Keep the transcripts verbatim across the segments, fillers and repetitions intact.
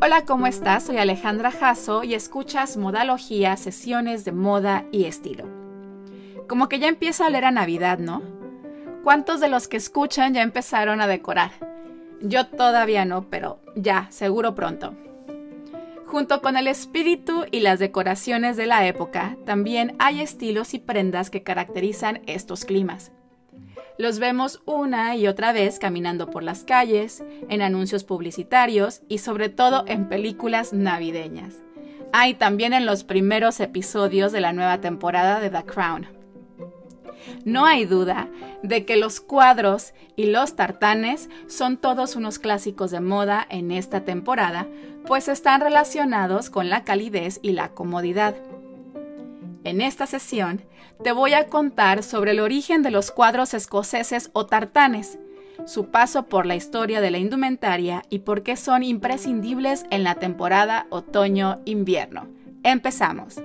Hola, ¿cómo estás? Soy Alejandra Jasso y escuchas Modalogía, sesiones de moda y estilo. Como que ya empieza a oler a Navidad, ¿no? ¿Cuántos de los que escuchan ya empezaron a decorar? Yo todavía no, pero ya, seguro pronto. Junto con el espíritu y las decoraciones de la época, también hay estilos y prendas que caracterizan estos climas. Los vemos una y otra vez caminando por las calles, en anuncios publicitarios y sobre todo en películas navideñas. Ah, y también en los primeros episodios de la nueva temporada de The Crown. No hay duda de que los cuadros y los tartanes son todos unos clásicos de moda en esta temporada, pues están relacionados con la calidez y la comodidad. En esta sesión te voy a contar sobre el origen de los cuadros escoceses o tartanes, su paso por la historia de la indumentaria y por qué son imprescindibles en la temporada otoño-invierno. ¡Empezamos!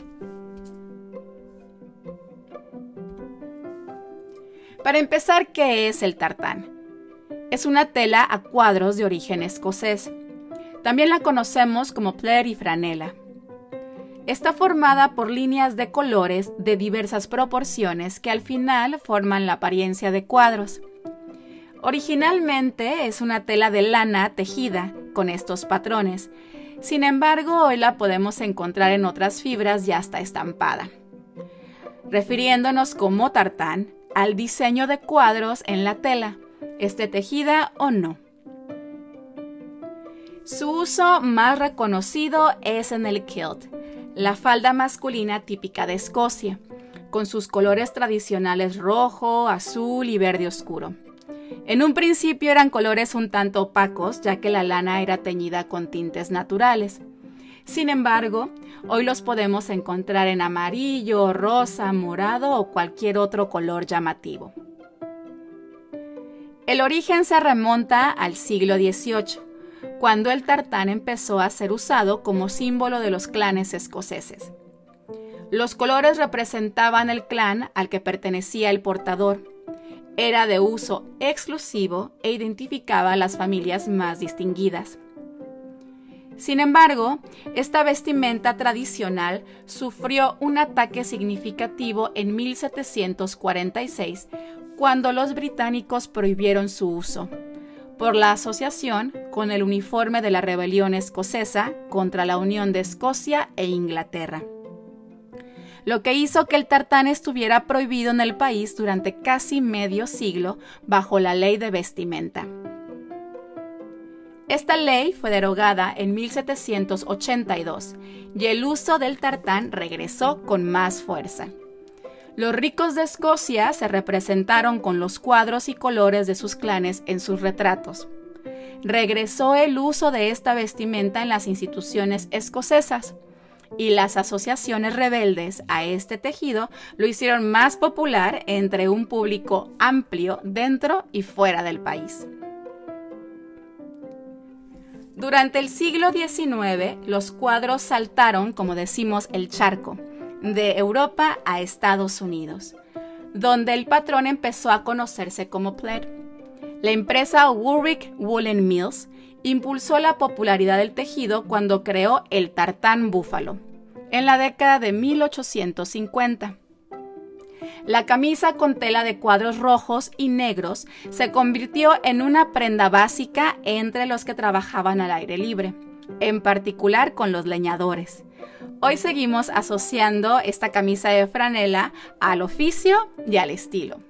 Para empezar, ¿qué es el tartán? Es una tela a cuadros de origen escocés. También la conocemos como plaid y franela. Está formada por líneas de colores de diversas proporciones que al final forman la apariencia de cuadros. Originalmente es una tela de lana tejida con estos patrones. Sin embargo, hoy la podemos encontrar en otras fibras ya hasta estampada. Refiriéndonos como tartán al diseño de cuadros en la tela, esté tejida o no. Su uso más reconocido es en el kilt, la falda masculina típica de Escocia, con sus colores tradicionales rojo, azul y verde oscuro. En un principio eran colores un tanto opacos, ya que la lana era teñida con tintes naturales. Sin embargo, hoy los podemos encontrar en amarillo, rosa, morado o cualquier otro color llamativo. El origen se remonta al siglo dieciocho, cuando el tartán empezó a ser usado como símbolo de los clanes escoceses. Los colores representaban el clan al que pertenecía el portador. Era de uso exclusivo e identificaba a las familias más distinguidas. Sin embargo, esta vestimenta tradicional sufrió un ataque significativo en mil setecientos cuarenta y seis, cuando los británicos prohibieron su uso, por la asociación con el uniforme de la rebelión escocesa contra la unión de Escocia e Inglaterra, lo que hizo que el tartán estuviera prohibido en el país durante casi medio siglo bajo la ley de vestimenta. Esta ley fue derogada en mil setecientos ochenta y dos y el uso del tartán regresó con más fuerza. Los ricos de Escocia se representaron con los cuadros y colores de sus clanes en sus retratos. Regresó el uso de esta vestimenta en las instituciones escocesas y las asociaciones rebeldes a este tejido lo hicieron más popular entre un público amplio dentro y fuera del país. Durante el siglo diecinueve, los cuadros saltaron, como decimos, el charco, de Europa a Estados Unidos, donde el patrón empezó a conocerse como plaid. La empresa Woolrich Woolen Mills impulsó la popularidad del tejido cuando creó el tartán búfalo, en la década de mil ochocientos cincuenta. La camisa con tela de cuadros rojos y negros se convirtió en una prenda básica entre los que trabajaban al aire libre, en particular con los leñadores. Hoy seguimos asociando esta camisa de franela al oficio y al estilo.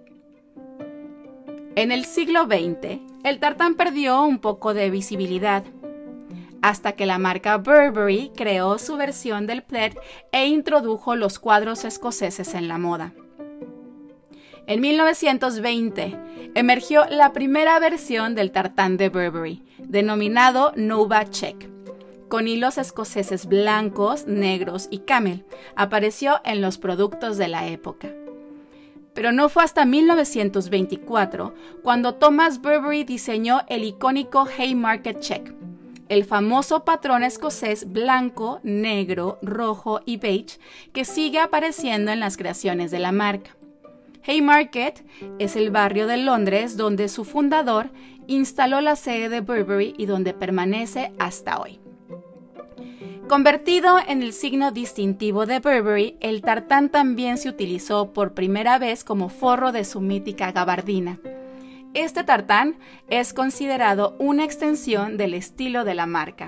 En el siglo veinte, el tartán perdió un poco de visibilidad, hasta que la marca Burberry creó su versión del plaid e introdujo los cuadros escoceses en la moda. En mil novecientos veinte, emergió la primera versión del tartán de Burberry, denominado Nova Check, con hilos escoceses blancos, negros y camel. Apareció en los productos de la época. Pero no fue hasta mil novecientos veinticuatro cuando Thomas Burberry diseñó el icónico Haymarket Check, el famoso patrón escocés blanco, negro, rojo y beige que sigue apareciendo en las creaciones de la marca. Haymarket es el barrio de Londres donde su fundador instaló la sede de Burberry y donde permanece hasta hoy. Convertido en el signo distintivo de Burberry, el tartán también se utilizó por primera vez como forro de su mítica gabardina. Este tartán es considerado una extensión del estilo de la marca.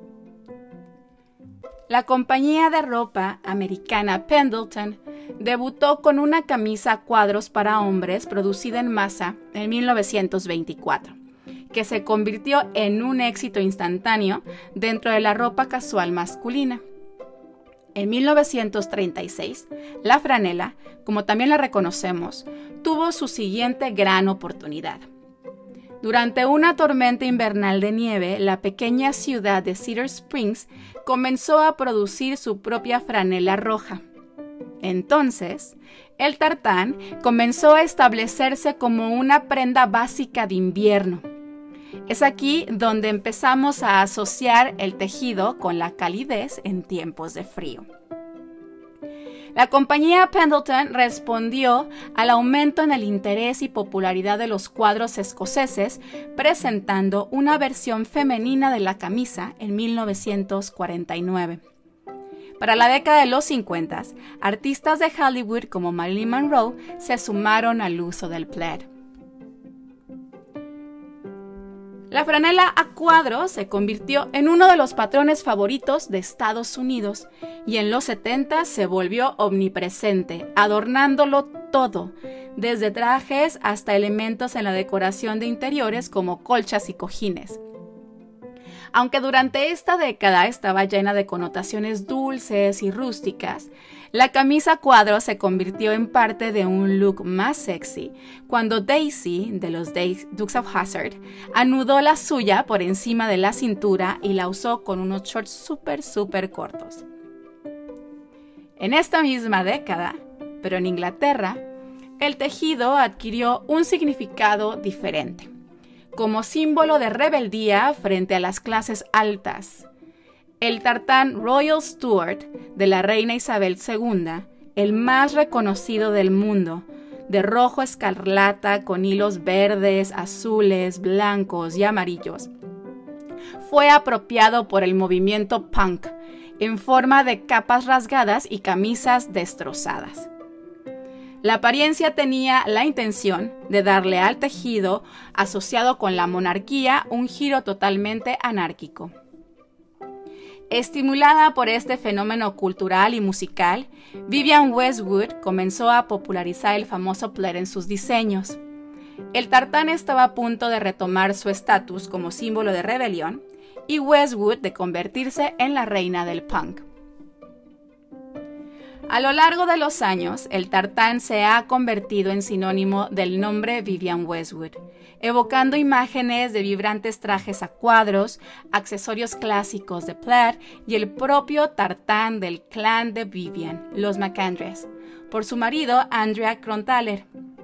La compañía de ropa americana Pendleton debutó con una camisa a cuadros para hombres producida en masa en mil novecientos veinticuatro, que se convirtió en un éxito instantáneo dentro de la ropa casual masculina. En mil novecientos treinta y seis, la franela, como también la reconocemos, tuvo su siguiente gran oportunidad. Durante una tormenta invernal de nieve, la pequeña ciudad de Cedar Springs comenzó a producir su propia franela roja. Entonces, el tartán comenzó a establecerse como una prenda básica de invierno. Es aquí donde empezamos a asociar el tejido con la calidez en tiempos de frío. La compañía Pendleton respondió al aumento en el interés y popularidad de los cuadros escoceses, presentando una versión femenina de la camisa en mil novecientos cuarenta y nueve. Para la década de los cincuenta, artistas de Hollywood como Marilyn Monroe se sumaron al uso del plaid. La franela a cuadros se convirtió en uno de los patrones favoritos de Estados Unidos y en los setenta se volvió omnipresente, adornándolo todo, desde trajes hasta elementos en la decoración de interiores como colchas y cojines. Aunque durante esta década estaba llena de connotaciones dulces y rústicas, la camisa a cuadros se convirtió en parte de un look más sexy cuando Daisy, de los Dukes of Hazzard, anudó la suya por encima de la cintura y la usó con unos shorts súper, súper cortos. En esta misma década, pero en Inglaterra, el tejido adquirió un significado diferente, como símbolo de rebeldía frente a las clases altas. El tartán Royal Stuart de la reina Isabel segunda, el más reconocido del mundo, de rojo escarlata con hilos verdes, azules, blancos y amarillos, fue apropiado por el movimiento punk en forma de capas rasgadas y camisas destrozadas. La apariencia tenía la intención de darle al tejido asociado con la monarquía un giro totalmente anárquico. Estimulada por este fenómeno cultural y musical, Vivienne Westwood comenzó a popularizar el famoso plaid en sus diseños. El tartán estaba a punto de retomar su estatus como símbolo de rebelión y Westwood de convertirse en la reina del punk. A lo largo de los años, el tartán se ha convertido en sinónimo del nombre Vivienne Westwood, evocando imágenes de vibrantes trajes a cuadros, accesorios clásicos de plaid y el propio tartán del clan de Vivienne, los MacAndres, por su marido Andrea Crontaler.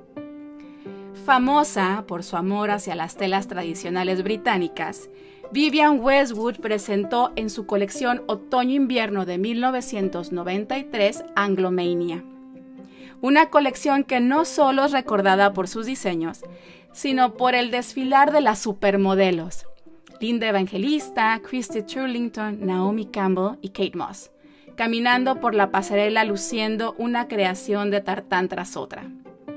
Famosa por su amor hacia las telas tradicionales británicas, Vivienne Westwood presentó en su colección Otoño-Invierno de mil novecientos noventa y tres Anglomania, una colección que no solo es recordada por sus diseños, sino por el desfilar de las supermodelos, Linda Evangelista, Christy Turlington, Naomi Campbell y Kate Moss, caminando por la pasarela luciendo una creación de tartán tras otra.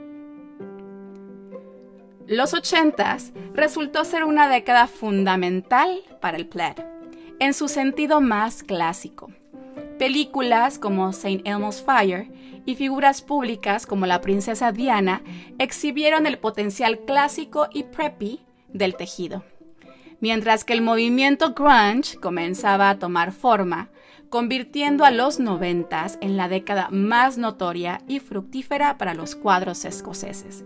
Los ochentas resultó ser una década fundamental para el plaid, en su sentido más clásico. Películas como Saint Elmo's Fire y figuras públicas como la princesa Diana exhibieron el potencial clásico y preppy del tejido, mientras que el movimiento grunge comenzaba a tomar forma, convirtiendo a los noventas en la década más notoria y fructífera para los cuadros escoceses.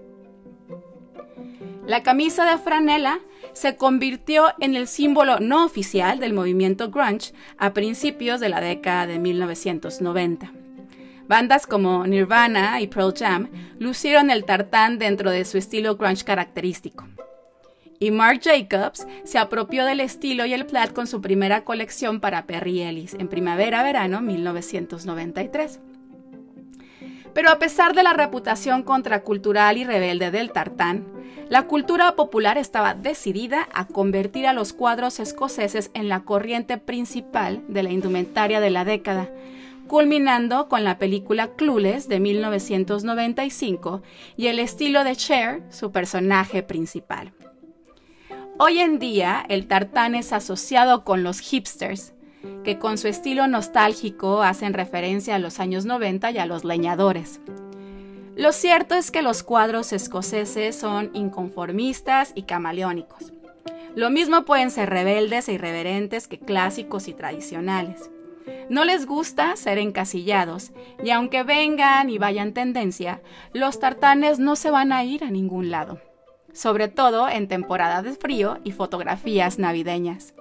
La camisa de franela se convirtió en el símbolo no oficial del movimiento grunge a principios de la década de mil novecientos noventa. Bandas como Nirvana y Pearl Jam lucieron el tartán dentro de su estilo grunge característico. Y Marc Jacobs se apropió del estilo y el plaid con su primera colección para Perry Ellis en primavera-verano mil novecientos noventa y tres. Pero a pesar de la reputación contracultural y rebelde del tartán, la cultura popular estaba decidida a convertir a los cuadros escoceses en la corriente principal de la indumentaria de la década, culminando con la película Clueless de mil novecientos noventa y cinco y el estilo de Cher, su personaje principal. Hoy en día, el tartán es asociado con los hipsters, que con su estilo nostálgico hacen referencia a los años noventa y a los leñadores. Lo cierto es que los cuadros escoceses son inconformistas y camaleónicos. Lo mismo pueden ser rebeldes e irreverentes que clásicos y tradicionales. No les gusta ser encasillados, y aunque vengan y vayan tendencia, los tartanes no se van a ir a ningún lado, sobre todo en temporada de frío y fotografías navideñas.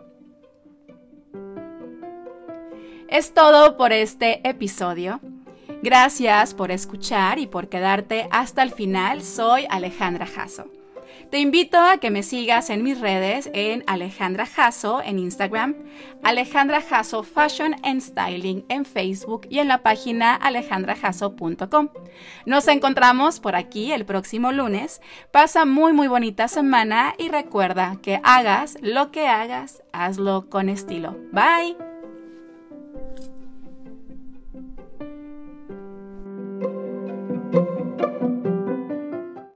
Es todo por este episodio. Gracias por escuchar y por quedarte hasta el final. Soy Alejandra Jasso. Te invito a que me sigas en mis redes en Alejandra Jasso en Instagram, Alejandra Jasso Fashion and Styling en Facebook y en la página alejandra jasso punto com. Nos encontramos por aquí el próximo lunes. Pasa muy muy bonita semana y recuerda que hagas lo que hagas, hazlo con estilo. Bye.